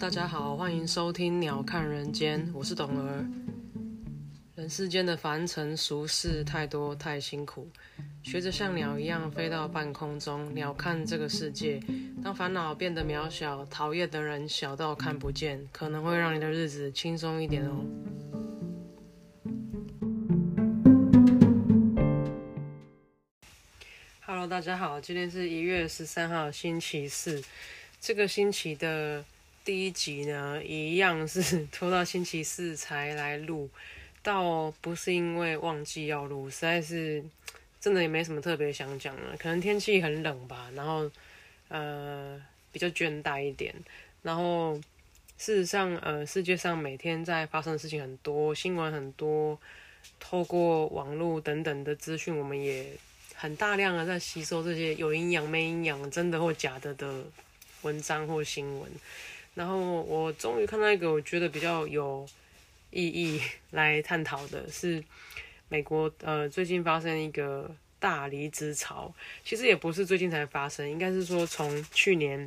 大家好，欢迎收听鸟看人间，我是董儿。人世间的凡尘俗事太多太辛苦，学着像鸟一样飞到半空中，鸟看这个世界。当烦恼变得渺小，讨厌的人小到看不见，可能会让你的日子轻松一点哦。Hello， 大家好，今天是1月13号，星期四。这个星期的第一集呢，一样是拖到星期四才来录，倒不是因为忘记要录，实在是真的也没什么特别想讲的，可能天气很冷吧，然后比较倦怠一点，然后事实上世界上每天在发生的事情很多，新闻很多，透过网络等等的资讯，我们也很大量的在吸收这些有营养没营养、真的或假的文章或新闻。然后我终于看到一个我觉得比较有意义来探讨的是美国最近发生一个大离职潮，其实也不是最近才发生，应该是说从去年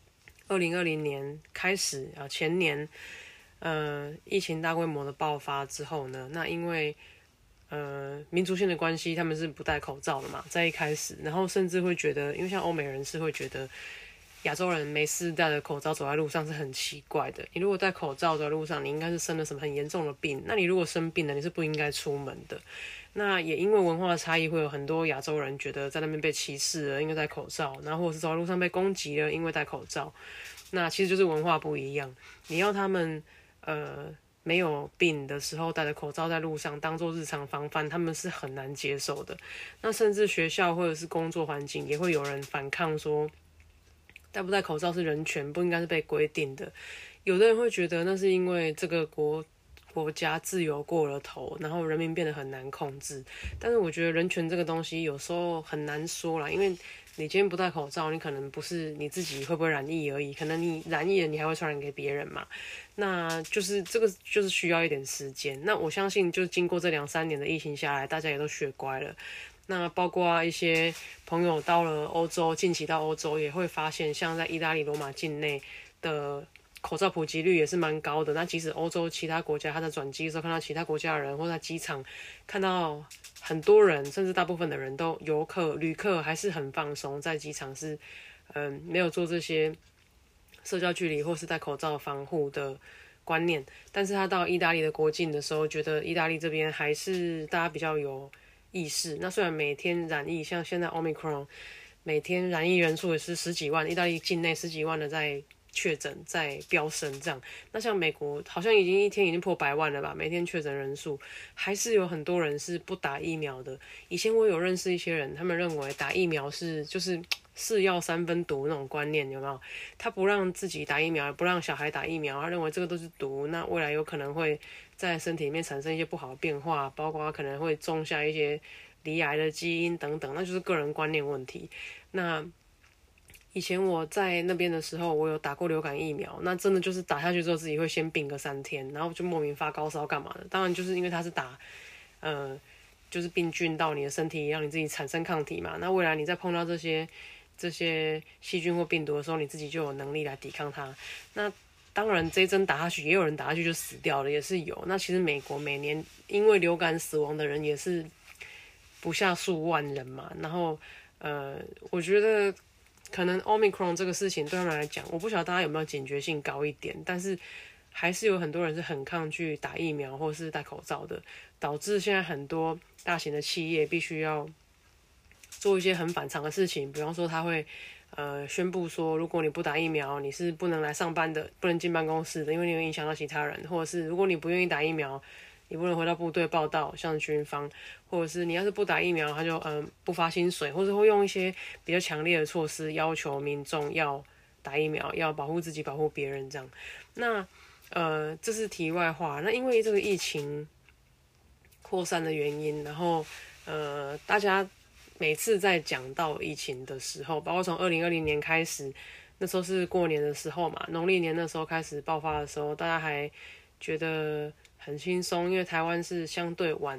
2020年开始前年疫情大规模的爆发之后呢，那因为民族性的关系，他们是不戴口罩的嘛，在一开始，然后甚至会觉得，因为像欧美人士会觉得亚洲人没事戴着口罩走在路上是很奇怪的。你如果戴口罩走在路上，你应该是生了什么很严重的病，那你如果生病了，你是不应该出门的。那也因为文化的差异，会有很多亚洲人觉得在那边被歧视了，因为戴口罩，然后或者是走在路上被攻击了，因为戴口罩。那其实就是文化不一样，你要他们没有病的时候戴着口罩在路上当做日常防范，他们是很难接受的。那甚至学校或者是工作环境也会有人反抗说，戴不戴口罩是人权，不应该是被规定的。有的人会觉得那是因为这个国家自由过了头，然后人民变得很难控制。但是我觉得人权这个东西有时候很难说啦，因为你今天不戴口罩，你可能不是你自己会不会染疫而已，可能你染疫了，你还会传染给别人嘛。那就是这个就是需要一点时间。那我相信，就经过这2-3年的疫情下来，大家也都学乖了。那包括一些朋友到了欧洲，近期到欧洲也会发现，像在意大利罗马境内的口罩普及率也是蛮高的。那即使欧洲其他国家，他在转机的时候看到其他国家的人，或在机场看到很多人，甚至大部分的人都旅客还是很放松，在机场是没有做这些社交距离或是戴口罩防护的观念。但是他到意大利的国境的时候，觉得意大利这边还是大家比较有意识。那虽然每天染疫，像现在 Omicron 每天染疫人数也是10几万，意大利境内10几万的在确诊，在飙升这样。那像美国好像一天已经破100万了吧，每天确诊人数，还是有很多人是不打疫苗的。以前我有认识一些人，他们认为打疫苗就是4药3分毒那种观念，有没有？他不让自己打疫苗，也不让小孩打疫苗，他认为这个都是毒，那未来有可能会在身体里面产生一些不好的变化，包括可能会种下一些罹癌的基因等等，那就是个人观念问题。那以前我在那边的时候，我有打过流感疫苗，那真的就是打下去之后自己会先病个3天，然后就莫名发高烧干嘛的。当然就是因为它是打就是病菌到你的身体，让你自己产生抗体嘛。那未来你再碰到这些细菌或病毒的时候，你自己就有能力来抵抗它。那当然这一针打下去，也有人打下去就死掉了，也是有。那其实美国每年因为流感死亡的人也是不下数万人嘛。然后我觉得可能 Omicron 这个事情对他们来讲，我不晓得大家有没有警觉性高一点，但是还是有很多人是很抗拒打疫苗或是戴口罩的，导致现在很多大型的企业必须要做一些很反常的事情。比方说他会宣布说，如果你不打疫苗，你是不能来上班的，不能进办公室的，因为你会影响到其他人。或者是如果你不愿意打疫苗，你不能回到部队报到，像军方，或者是你要是不打疫苗，他就不发薪水，或者会用一些比较强烈的措施要求民众要打疫苗，要保护自己，保护别人这样。那这是题外话。那因为这个疫情扩散的原因，然后大家每次在讲到疫情的时候，包括从2020年开始，那时候是过年的时候嘛，农历年那时候开始爆发的时候，大家还觉得很轻松，因为台湾是相对晚，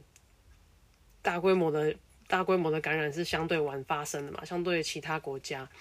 大规模的感染是相对晚发生的嘛，相对其他国家。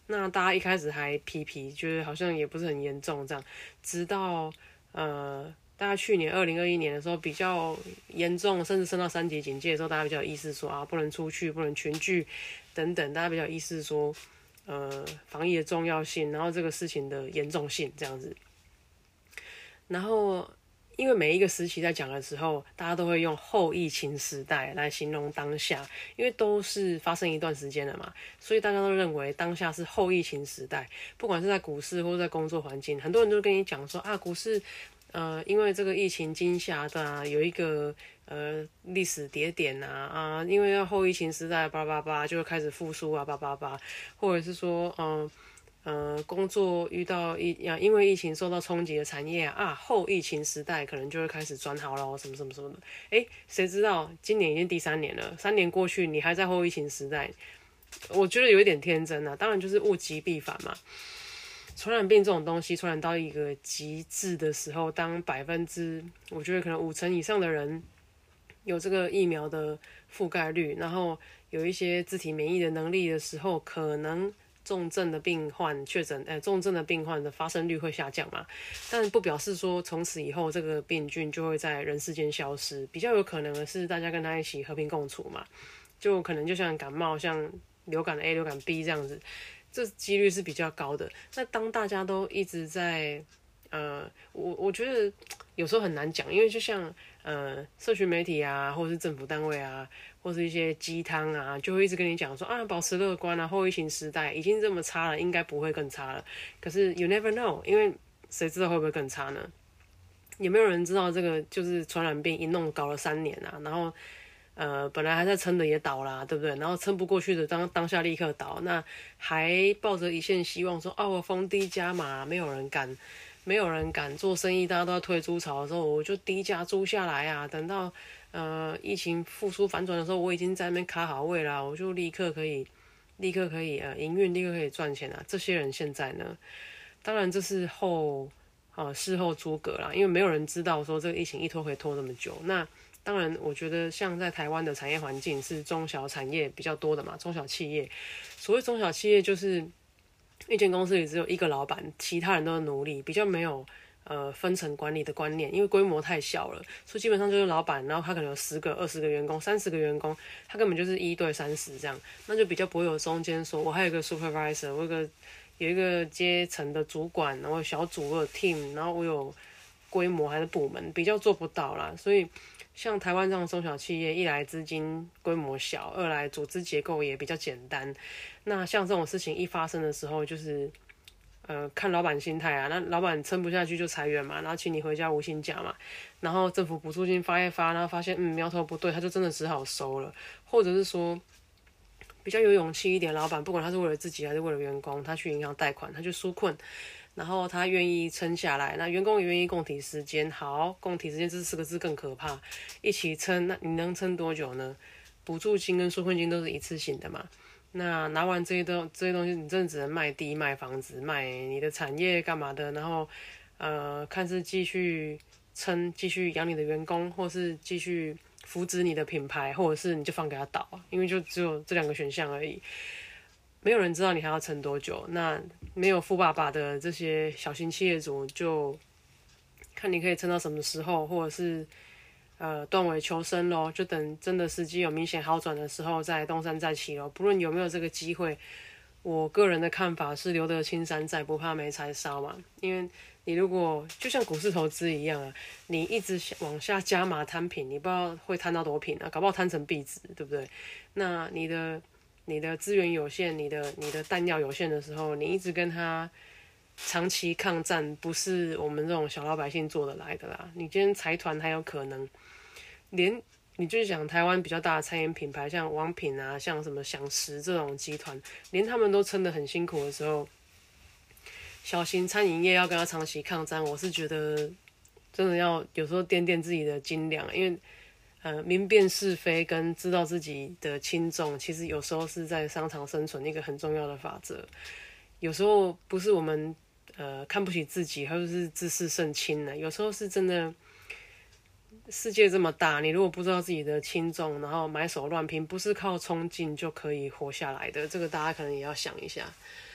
那大家一开始还皮，觉得好像也不是很严重这样，直到大概去年2021年的时候比较严重，甚至升到3级警戒的时候，大家比较有意识说啊，不能出去，不能群聚等等，大家比较有意识说防疫的重要性，然后这个事情的严重性这样子。然后因为每一个时期在讲的时候，大家都会用后疫情时代来形容当下，因为都是发生一段时间了嘛，所以大家都认为当下是后疫情时代。不管是在股市或者在工作环境，很多人都跟你讲说啊，股市因为这个疫情惊吓的有一个历史跌点因为要后疫情时代叭叭叭就会开始复苏啊叭叭叭，或者是说工作遇到因为疫情受到冲击的产业后疫情时代可能就会开始转好咯，什么什么什么的。谁知道今年已经第3年了，3年过去你还在后疫情时代，我觉得有一点天真啊。当然就是物极必反嘛，传染病这种东西传染到一个极致的时候，当我觉得可能50%以上的人有这个疫苗的覆盖率，然后有一些自体免疫的能力的时候，可能重症的病患重症的病患的发生率会下降嘛，但不表示说从此以后这个病菌就会在人世间消失，比较有可能的是大家跟它一起和平共处嘛，就可能就像感冒，像流感 A、流感 B 这样子，这几率是比较高的。那当大家都一直在我觉得有时候很难讲，因为就像社群媒体啊，或者是政府单位啊，或是一些鸡汤啊，就会一直跟你讲说保持乐观啊，后疫情时代已经这么差了，应该不会更差了。可是 you never know， 因为谁知道会不会更差呢？有没有人知道这个就是传染病一弄搞了3年啊，然后本来还在撑的也倒啦，对不对？然后撑不过去的当下立刻倒，那还抱着一线希望说我逢低加码，没有人敢做生意，大家都在推猪潮的时候，我就低价租下来啊。等到疫情复苏反转的时候，我已经在那边卡好位啦，我就立刻可以营运，立刻可以赚钱啊。这些人现在呢，当然这是事后诸葛啦，因为没有人知道说这个疫情一拖可以拖这么久。那当然，我觉得像在台湾的产业环境是中小产业比较多的嘛，中小企业。所谓中小企业就是一间公司里只有一个老板，其他人都是奴隶，比较没有分层管理的观念，因为规模太小了，所以基本上就是老板，然后他可能有10个、20个员工、30个员工，他根本就是1对30这样，那就比较不会有中间说我还有一个 supervisor， 我有一个阶层的主管，然后有小组，我有 team， 然后我有规模还是部门，比较做不到啦。所以像台湾这样的中小企业，一来资金规模小，二来组织结构也比较简单。那像这种事情一发生的时候，就是看老板心态啊，那老板撑不下去就裁员嘛，然后请你回家无薪假嘛，然后政府补助金发一发，然后发现苗头不对，他就真的只好收了，或者是说比较有勇气一点，老板不管他是为了自己还是为了员工，他去银行贷款，他去纾困，然后他愿意撑下来，那员工也愿意共体时间。好，共体时间这4个字更可怕，一起撑，那你能撑多久呢？补助金跟纾困金都是一次性的嘛，那拿完这些东西，你真的只能卖地、卖房子、卖你的产业干嘛的，然后看是继续撑、继续养你的员工，或是继续扶植你的品牌，或者是你就放给他倒，因为就只有这2个选项而已。没有人知道你还要撑多久，那没有富爸爸的这些小型企业主，就看你可以撑到什么时候，或者是断尾求生咯，就等真的时机有明显好转的时候再东山再起咯。不论有没有这个机会，我个人的看法是留得青山在，不怕没柴烧嘛。因为你如果就像股市投资一样啊，你一直往下加码摊平，你不知道会摊到多平啊，搞不好摊成壁纸，对不对？那你的资源有限，你的弹药有限的时候，你一直跟他长期抗战，不是我们这种小老百姓做得来的啦。你今天财团还有可能，连你就是讲台湾比较大的餐饮品牌，像王品啊，像什么享食这种集团，连他们都撑得很辛苦的时候，小型餐饮业要跟他长期抗战，我是觉得真的要有时候掂掂自己的斤两，因为明辨是非跟知道自己的轻重，其实有时候是在商场生存一个很重要的法则。有时候不是我们看不起自己，或者是自视甚轻呢，有时候是真的。世界这么大，你如果不知道自己的轻重，然后买手乱拼，不是靠冲劲就可以活下来的。这个大家可能也要想一下。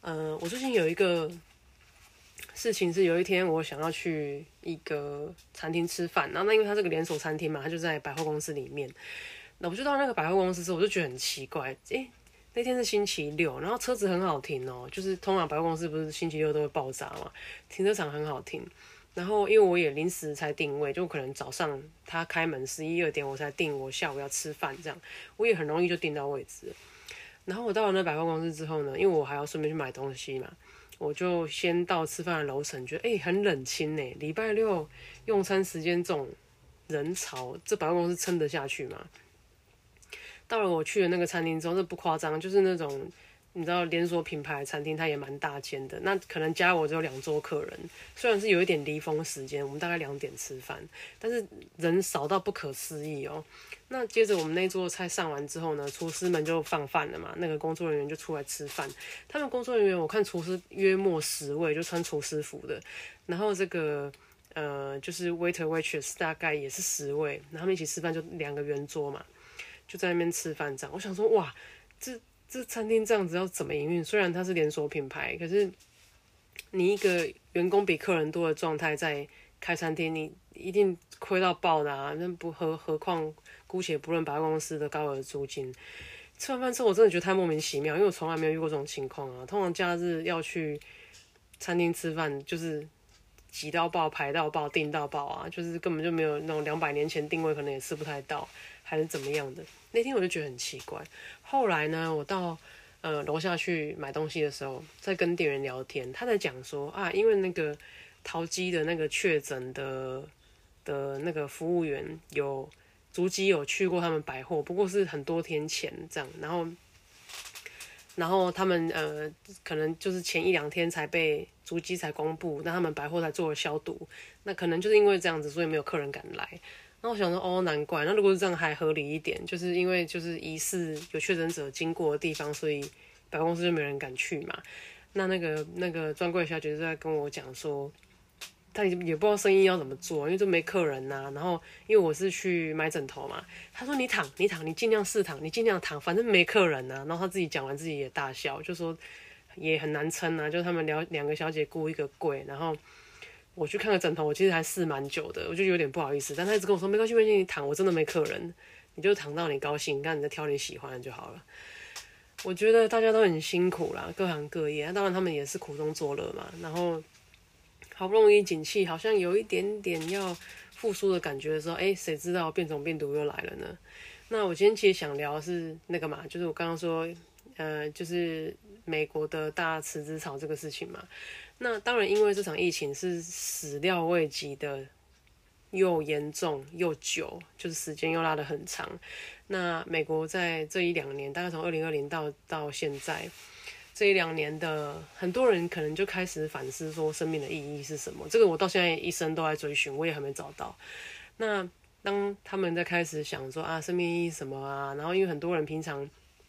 我最近有一个事情是，有一天我想要去一个餐厅吃饭，然后那因为它是个连锁餐厅嘛，它就在百货公司里面。那我就到那个百货公司之后，我就觉得很奇怪，那天是星期六，然后车子很好停哦，就是通常百货公司不是星期六都会爆炸嘛，停车场很好停。然后因为我也临时才定位，就可能早上他开门11、2点我才定我下午要吃饭这样，我也很容易就订到位置了。然后我到了那百货公司之后呢，因为我还要顺便去买东西嘛，我就先到吃饭的楼层，觉得很冷清呢。礼拜六用餐时间这种人潮，这百货公司撑得下去吗？到了我去的那个餐厅之后，这不夸张，就是那种你知道连锁品牌的餐厅，它也蛮大间的。那可能加我只有2桌客人，虽然是有一点离峰时间，我们大概2点吃饭，但是人少到不可思议哦。那接着我们那桌菜上完之后呢，厨师们就放饭了嘛，那个工作人员就出来吃饭。他们工作人员我看厨师约莫10位，就穿厨师服的，然后这个。就是 waiter waitress 大概也是10位，然后他们一起吃饭就2个圆桌嘛，就在那边吃饭这样。我想说，哇，这餐厅这样子要怎么营运？虽然它是连锁品牌，可是你一个员工比客人多的状态在开餐厅，你一定亏到爆的啊！那何况姑且不论百货公司的高额租金。吃完饭之后，我真的觉得太莫名其妙，因为我从来没有遇过这种情况啊。通常假日要去餐厅吃饭，就是挤到爆、排到爆、订到爆啊，就是根本就没有那种200年前定位，可能也吃不太到，还是怎么样的。那天我就觉得很奇怪。后来呢，我到楼下去买东西的时候，在跟店员聊天，他在讲说啊，因为那个淘机的那个确诊的那个服务员足迹有去过他们百货，不过是很多天前这样，然后他们可能就是前1-2天才被足迹才公布，那他们百货才做了消毒，那可能就是因为这样子，所以没有客人敢来。那我想说，哦，难怪。那如果是这样还合理一点，就是因为就是疑似有确诊者经过的地方，所以百货公司就没人敢去嘛。那个专柜小姐就在跟我讲说，他也不知道生意要怎么做，因为就没客人呐、然后因为我是去买枕头嘛，他说你躺，你尽量试躺，你尽量躺，反正没客人呐、然后他自己讲完自己也大笑，就说也很难撑啊，就他们两个小姐雇一个柜，然后我去看个枕头，我其实还试蛮久的，我就有点不好意思，但他一直跟我说没关系，没关系，你躺，我真的没客人，你就躺到你高兴，看你再挑你喜欢的就好了。我觉得大家都很辛苦啦，各行各业，当然他们也是苦中作乐嘛，然后。好不容易景气好像有一点点要复苏的感觉的时候，谁知道变种病毒又来了呢？那我今天其实想聊的是那个嘛，就是我刚刚说，就是美国的大辞职潮这个事情嘛。那当然，因为这场疫情是始料未及的，又严重又久，就是时间又拉得很长。那美国在这1-2年，大概从2020到现在。这1-2年的很多人可能就开始反思说生命的意义是什么，这个我到现在一生都在追寻，我也还没找到。那当他们在开始想说啊生命意义是什么啊，然后因为很多人平常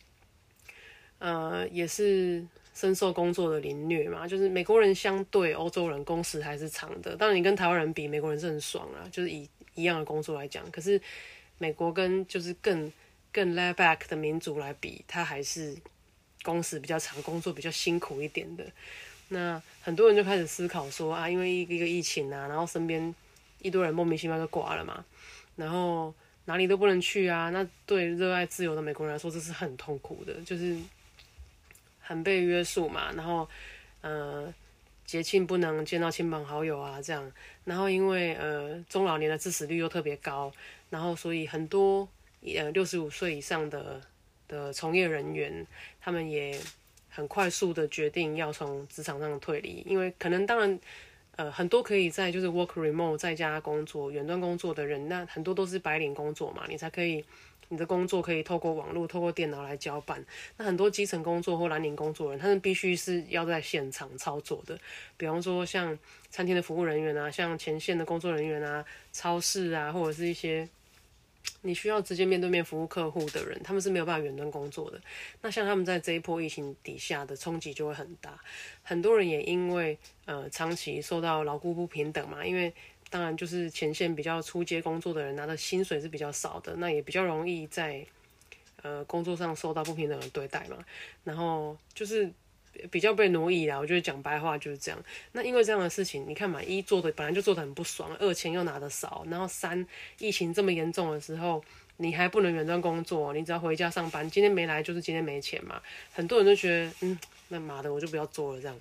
也是深受工作的凌虐嘛，就是美国人相对欧洲人工时还是长的，当然你跟台湾人比，美国人是很爽啊，就是以一样的工作来讲，可是美国跟就是更 laid back 的民族来比，他还是工时比较长，工作比较辛苦一点的。那很多人就开始思考说啊，因为一个疫情啊，然后身边一堆人莫名其妙就挂了嘛，然后哪里都不能去啊。那对热爱自由的美国人来说，这是很痛苦的，就是很被约束嘛。然后节庆不能见到亲朋好友啊，这样。然后因为中老年的致死率又特别高，然后所以很多65岁以上的从业人员，他们也很快速的决定要从职场上退离，因为可能当然，很多可以在就是 work remote 在家工作、远端工作的人，那很多都是白领工作嘛，你才可以，你的工作可以透过网络、透过电脑来交办。那很多基层工作或蓝领工作人，他们必须是要在现场操作的，比方说像餐厅的服务人员啊，像前线的工作人员啊，超市啊，或者是一些。你需要直接面对面服务客户的人，他们是没有办法远端工作的。那像他们在这一波疫情底下的冲击就会很大，很多人也因为长期受到劳雇不平等嘛，因为当然就是前线比较初阶工作的人拿的薪水是比较少的，那也比较容易在工作上受到不平等的对待嘛。然后就是比较被奴役啦。我觉得讲白话就是这样。那因为这样的事情，你看嘛，一做的本来就做的很不爽，二钱又拿得少，然后三疫情这么严重的时候，你还不能远端工作，你只要回家上班，今天没来就是今天没钱嘛。很多人都觉得，那妈的我就不要做了这样。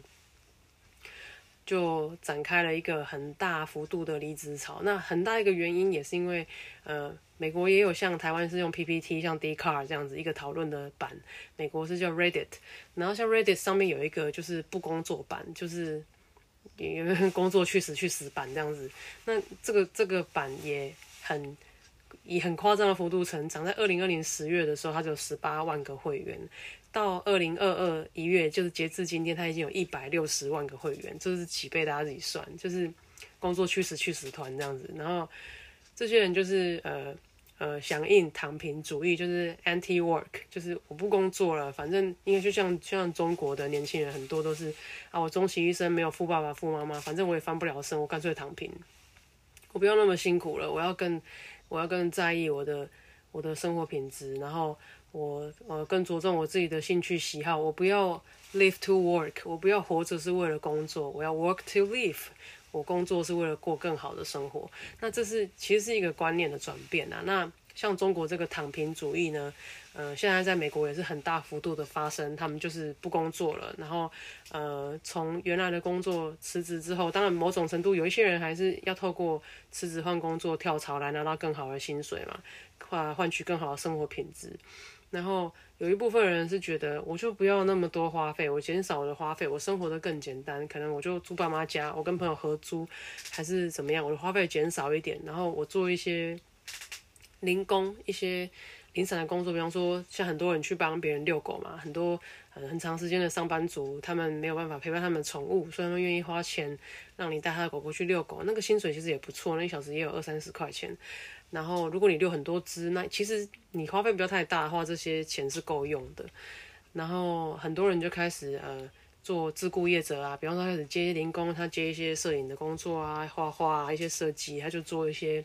就展开了一个很大幅度的离职潮。那很大一个原因也是因为，美国也有像台湾是用 PPT，像 Dcard 这样子一个讨论的版，美国是叫 Reddit，然后像 Reddit 上面有一个就是不工作版，就是工作去死版这样子。那这个版也以很夸张的幅度成长，在2020 10月的时候，它就有18万个会员，到2022 1月，就是截至今天，它已经有160万个会员，这是几倍？大家自己算，就是工作去死团这样子。然后这些人就是响应躺平主义，就是 anti work， 就是我不工作了，反正因为就像中国的年轻人很多都是我终其一生没有富爸爸富妈妈，反正我也翻不了身，我干脆躺平，我不要那么辛苦了，我要更在意我的生活品质，然后我更着重我自己的兴趣喜好，我不要 live to work， 我不要活着是为了工作，我要 work to live， 我工作是为了过更好的生活。那这其实是一个观念的转变啊。那像中国这个躺平主义呢，现在在美国也是很大幅度的发生，他们就是不工作了，然后从原来的工作辞职之后，当然某种程度有一些人还是要透过辞职换工作跳槽来拿到更好的薪水嘛，换取更好的生活品质。然后有一部分人是觉得，我就不要那么多花费，我减少我的花费，我生活的更简单，可能我就住爸妈家，我跟朋友合租，还是怎么样，我的花费减少一点，然后我做一些零工，一些零散的工作，比方说像很多人去帮别人遛狗嘛，很多很长时间的上班族，他们没有办法陪伴他们的宠物，所以他们愿意花钱让你带他的狗狗去遛狗，那个薪水其实也不错，那1小时也有20-30块钱。然后如果你遛很多只，那其实你花费不要太大的话，这些钱是够用的。然后很多人就开始做自雇业者啊，比方说他开始接零工，他接一些摄影的工作啊，画画啊，一些设计，他就做一些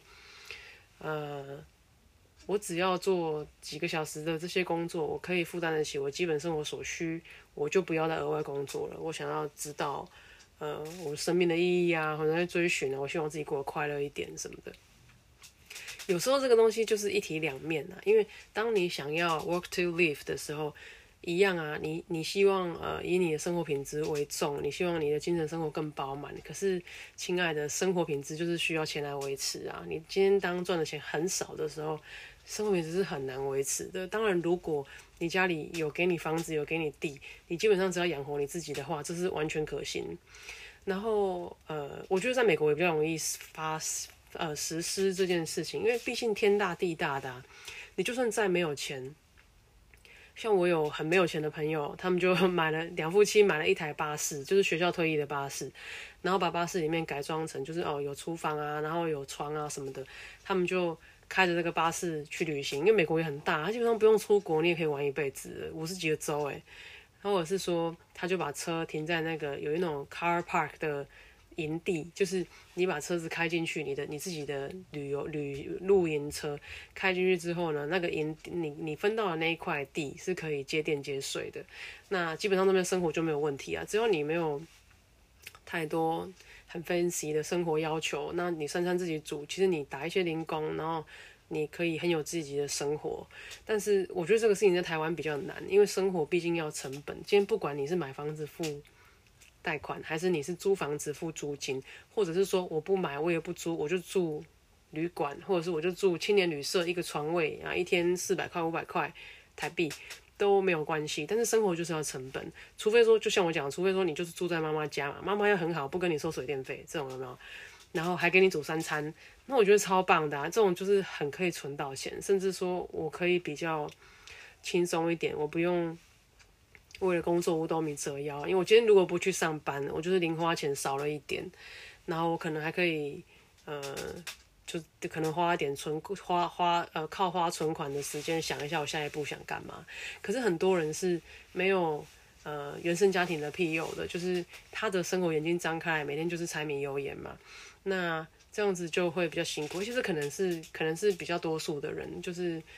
我只要做几个小时的这些工作，我可以负担得起我基本生活所需，我就不要再额外工作了。我想要知道我生命的意义啊，或者在追寻啊，我希望自己过得快乐一点什么的。有时候这个东西就是一体两面啊，因为当你想要 work to live 的时候，一样啊，你希望以你的生活品质为重，你希望你的精神生活更饱满。可是，亲爱的，生活品质就是需要钱来维持啊。你今天当赚的钱很少的时候，生活品质是很难维持的。当然，如果你家里有给你房子，有给你地，你基本上只要养活你自己的话，这是完全可行。然后我觉得在美国也比较容易实施这件事情，因为毕竟天大地大的你就算再没有钱，像我有很没有钱的朋友，他们就两夫妻买了一台巴士，就是学校退役的巴士，然后把巴士里面改装成就是有厨房啊，然后有床啊什么的，他们就开着这个巴士去旅行，因为美国也很大，他基本上不用出国，你也可以玩一辈子，50几个州然后我是说，他就把车停在那个有一种 car park 的营地，就是你把车子开进去，你自己的露营车开进去之后呢，那个你分到的那一块地是可以接电接水的，那基本上那边生活就没有问题啊，只要你没有太多很 fancy 的生活要求，那你三餐自己煮，其实你打一些零工，然后你可以很有自己的生活。但是我觉得这个事情在台湾比较难，因为生活毕竟要成本。今天不管你是买房子付贷款，还是你是租房子付租金，或者是说我不买我也不租，我就住旅馆，或者是我就住青年旅社，一个床位一天400块500块台币都没有关系。但是生活就是要成本，除非说就像我讲，除非说你就是住在妈妈家嘛，妈妈要很好，不跟你收水电费，这种有没有？然后还给你煮3餐，那我觉得超棒的这种就是很可以存到钱，甚至说我可以比较轻松一点，我不用为了工作五斗米折腰，因为我今天如果不去上班，我就是零花钱少了一点，然后我可能还可以就可能花一点靠花存款的时间想一下我下一步想干嘛。可是很多人是没有原生家庭的庇佑的，就是他的生活眼睛张开来，每天就是柴米油盐嘛，那这样子就会比较辛苦，而且这可能是比较多数的人，就是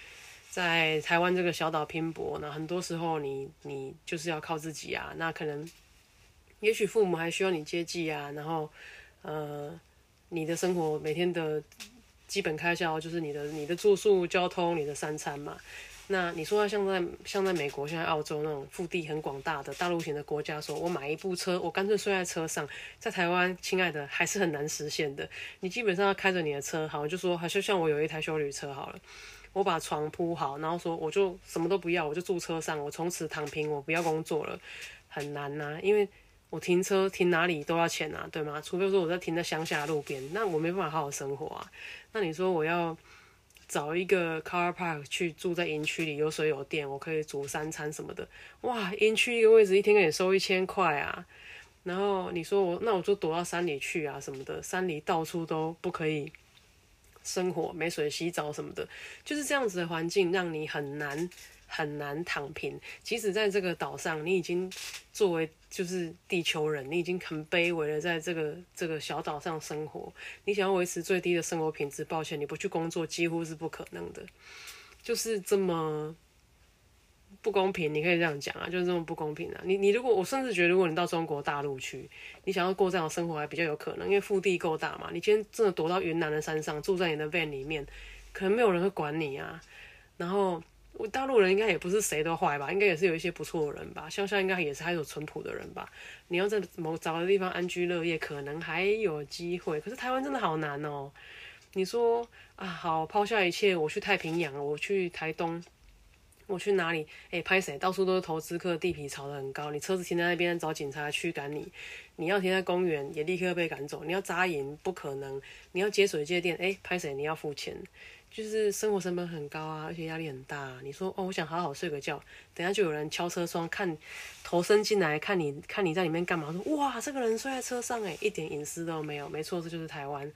在台湾这个小岛拼搏，那很多时候你就是要靠自己啊。那可能也许父母还需要你接济啊，然后你的生活每天的基本开销就是你的住宿、交通、你的三餐嘛。那你说像在美国、像在澳洲那种腹地很广大的大陆型的国家说，我买一部车，我干脆睡在车上。在台湾，亲爱的，还是很难实现的。你基本上要开着你的车，好，就说，好像我有一台休旅车好了，我把床铺好，然后说我就什么都不要，我就住车上，我从此躺平，我不要工作了，很难呐、因为我停车停哪里都要钱啊，对吗？除非说我在停在乡下路边，那我没办法好好生活啊。那你说我要找一个 car park 去住在营区里，有水有电，我可以煮3餐什么的。哇，营区一个位置一天给你收1000块啊！然后你说那我就躲到山里去啊什么的，山里到处都不可以生活，没水洗澡什么的，就是这样子的环境，让你很难躺平。即使在这个岛上，你已经作为就是地球人，你已经很卑微的在这个小岛上生活。你想要维持最低的生活品质，抱歉，你不去工作几乎是不可能的。就是这么不公平，你可以这样讲啊，就是这么不公平啊。你如果我甚至觉得，如果你到中国大陆去，你想要过这样的生活还比较有可能，因为腹地够大嘛。你今天真的躲到云南的山上，住在你的 van 里面，可能没有人会管你啊。然后大陆人应该也不是谁都坏吧，应该也是有一些不错的人吧，乡下应该也是还有淳朴的人吧。你要在找个地方安居乐业，可能还有机会。可是台湾真的好难哦。你说啊，好，抛下一切，我去太平洋，我去台东。我去哪里？拍谁？到处都是投资客，地皮炒得很高。你车子停在那边，找警察驱赶你。你要停在公园，也立刻被赶走。你要扎营，不可能。你要接水接电，拍谁？你要付钱。就是生活成本很高啊，而且压力很大啊。你说我想好好睡个觉，等下就有人敲车窗，头伸进来看你在里面干嘛？说哇，这个人睡在车上，一点隐私都没有。没错，这就是台湾。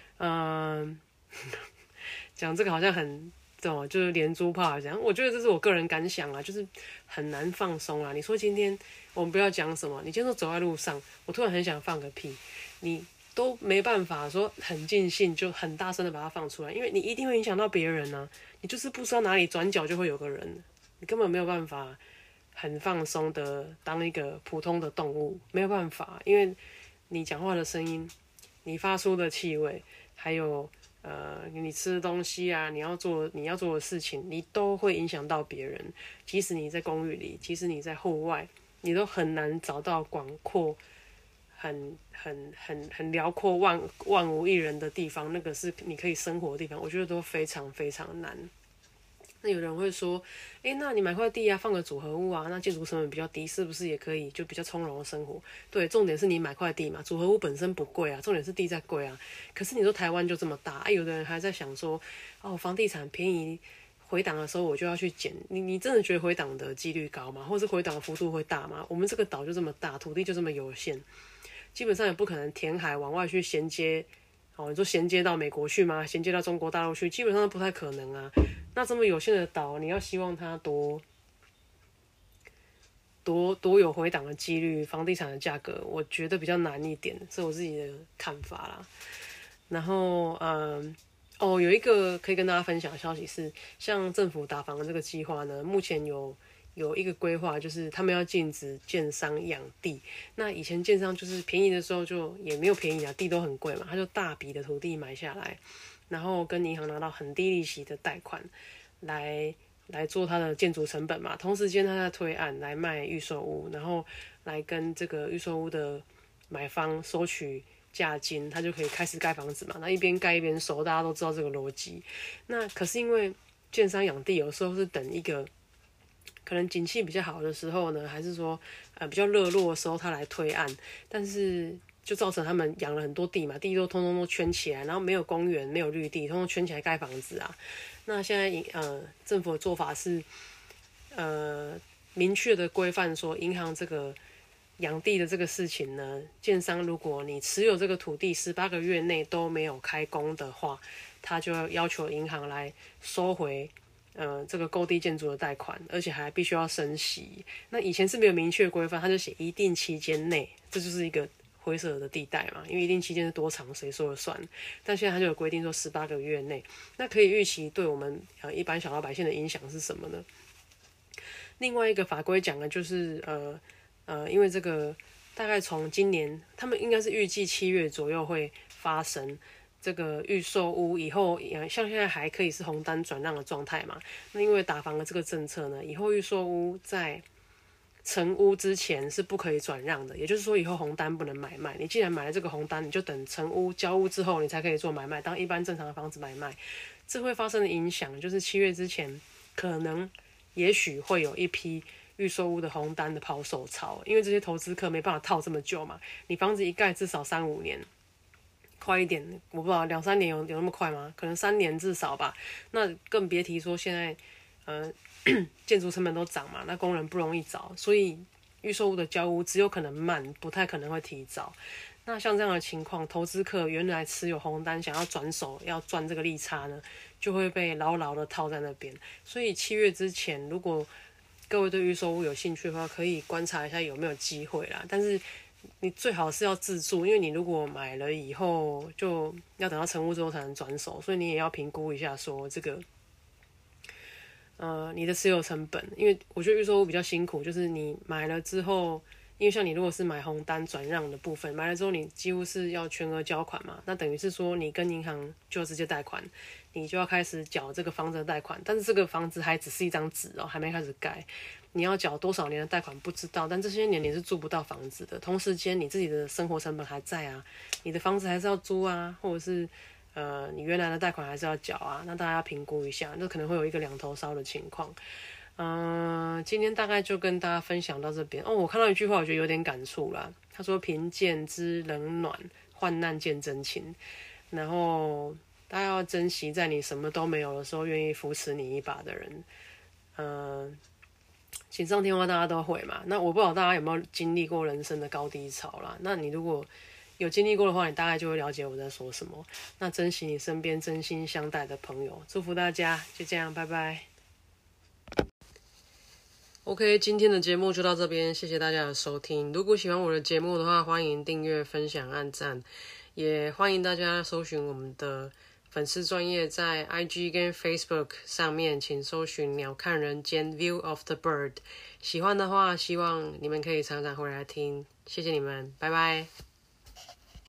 讲这个好像很。就是连珠炮这样，我觉得这是我个人感想啊，就是很难放松啊。你说今天我们不要讲什么，你今天都走在路上，我突然很想放个屁，你都没办法说很尽兴，就很大声的把它放出来，因为你一定会影响到别人啊。你就是不知道哪里转角就会有个人，你根本没有办法很放松的当一个普通的动物，没有办法，因为你讲话的声音，你发出的气味，还有。你吃的东西啊，你要做的事情，你都会影响到别人。即使你在公寓里，即使你在户外，你都很难找到广阔、很辽阔、万无一人的地方，那个是你可以生活的地方。我觉得都非常非常难。那有人会说，那你买块地啊，放个组合屋啊，那建筑成本比较低，是不是也可以就比较从容的生活？对，重点是你买块地嘛，组合屋本身不贵啊，重点是地在贵啊。可是你说台湾就这么大，有的人还在想说，房地产便宜，回档的时候我就要去捡。你真的觉得回档的几率高吗？或是回档的幅度会大吗？我们这个岛就这么大，土地就这么有限，基本上也不可能填海往外去衔接。你说衔接到美国去吗？衔接到中国大陆去，基本上不太可能啊。那这么有限的岛，你要希望它多有回档的几率，房地产的价格，我觉得比较难一点，是我自己的看法啦。然后，有一个可以跟大家分享的消息是，像政府打房的这个计划呢，目前有一个规划，就是他们要禁止建商养地。那以前建商就是便宜的时候就也没有便宜啊，地都很贵嘛，他就大笔的土地买下来，然后跟银行拿到很低利息的贷款来做他的建筑成本嘛。同时间他在推案来卖预售屋，然后来跟这个预售屋的买方收取价金，他就可以开始盖房子嘛。那一边盖一边收，大家都知道这个逻辑。那可是因为建商养地有时候是等一个可能景气比较好的时候呢，还是说比较热络的时候他来推案，但是就造成他们养了很多地嘛，地都通通都圈起来，然后没有公园没有绿地，通通圈起来盖房子啊。那现在政府的做法是明确的规范说，银行这个养地的这个事情呢，建商如果你持有这个土地18个月内都没有开工的话，他就要求银行来收回这个购地建筑的贷款，而且还必须要升息。那以前是没有明确规范，他就写一定期间内，这就是一个灰色的地带嘛，因为一定期间是多长谁说了算，但现在它就有规定说18个月内，那可以预期对我们一般小老百姓的影响是什么呢？另外一个法规讲的就是因为这个大概从今年，他们应该是预计7月左右会发生这个预售屋以后，像现在还可以是红单转让的状态嘛？那因为打房的这个政策呢，以后预售屋在成屋之前是不可以转让的，也就是说以后红单不能买卖。你既然买了这个红单，你就等成屋交屋之后，你才可以做买卖，当一般正常的房子买卖。这会发生的影响就是7月之前可能也许会有一批预售屋的红单的抛售潮，因为这些投资客没办法套这么久嘛，你房子一盖至少3-5年，快一点我不知道2-3年有那么快吗？可能3年至少吧。那更别提说现在建筑成本都涨嘛，那工人不容易找，所以预售屋的交屋只有可能慢，不太可能会提早。那像这样的情况，投资客原来持有红单想要转手要赚这个利差呢，就会被牢牢的套在那边。所以7月之前，如果各位对预售屋有兴趣的话，可以观察一下有没有机会啦。但是你最好是要自住，因为你如果买了以后，就要等到成屋之后才能转手，所以你也要评估一下说这个。你的持有成本，因为我觉得预售屋比较辛苦，就是你买了之后，因为像你如果是买红单转让的部分，买了之后你几乎是要全额缴款嘛，那等于是说你跟银行就直接贷款，你就要开始缴这个房子的贷款，但是这个房子还只是一张纸哦，还没开始盖，你要缴多少年的贷款不知道，但这些年你是住不到房子的，同时间你自己的生活成本还在啊，你的房子还是要租啊，或者是你原来的贷款还是要缴啊，那大家要评估一下，那可能会有一个两头烧的情况。今天大概就跟大家分享到这边哦。我看到一句话，我觉得有点感触啦。他说：贫贱知冷暖，患难见真情。然后大家要珍惜在你什么都没有的时候，愿意扶持你一把的人。锦上添花大家都会嘛。那我不知道大家有没有经历过人生的高低潮啦。那你如果有经历过的话，你大概就会了解我在说什么。那珍惜你身边真心相待的朋友，祝福大家，就这样，拜拜。OK， 今天的节目就到这边，谢谢大家的收听。如果喜欢我的节目的话，欢迎订阅、分享、按赞，也欢迎大家搜寻我们的粉丝专页，在 IG 跟 Facebook 上面，请搜寻鸟看人间 View of the Bird。喜欢的话，希望你们可以常常回来听，谢谢你们，拜拜。